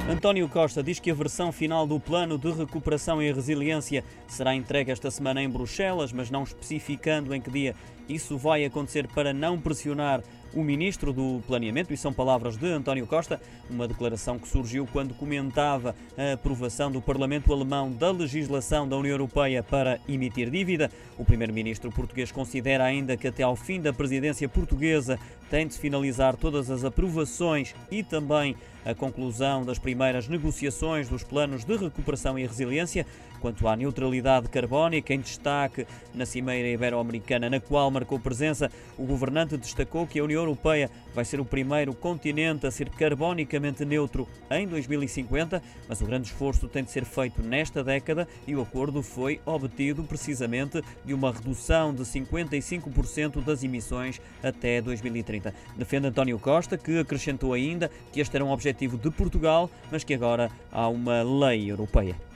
António Costa diz que a versão final do Plano de Recuperação e Resiliência será entregue esta semana em Bruxelas, mas não especificando em que dia isso vai acontecer para não pressionar o Ministro do Planeamento, e são palavras de António Costa, uma declaração que surgiu quando comentava a aprovação do Parlamento alemão da legislação da União Europeia para emitir dívida. O Primeiro-Ministro português considera ainda que até ao fim da presidência portuguesa tem de se finalizar todas as aprovações e também a conclusão das primeiras negociações dos planos de recuperação e resiliência. Quanto à neutralidade carbónica, em destaque na Cimeira Ibero-Americana, na qual marcou presença, o governante destacou que a União Europeia vai ser o primeiro continente a ser carbonicamente neutro em 2050, mas o grande esforço tem de ser feito nesta década e o acordo foi obtido precisamente de uma redução de 55% das emissões até 2030. Defende António Costa, que acrescentou ainda que este era um objetivo de Portugal, mas que agora há uma lei europeia.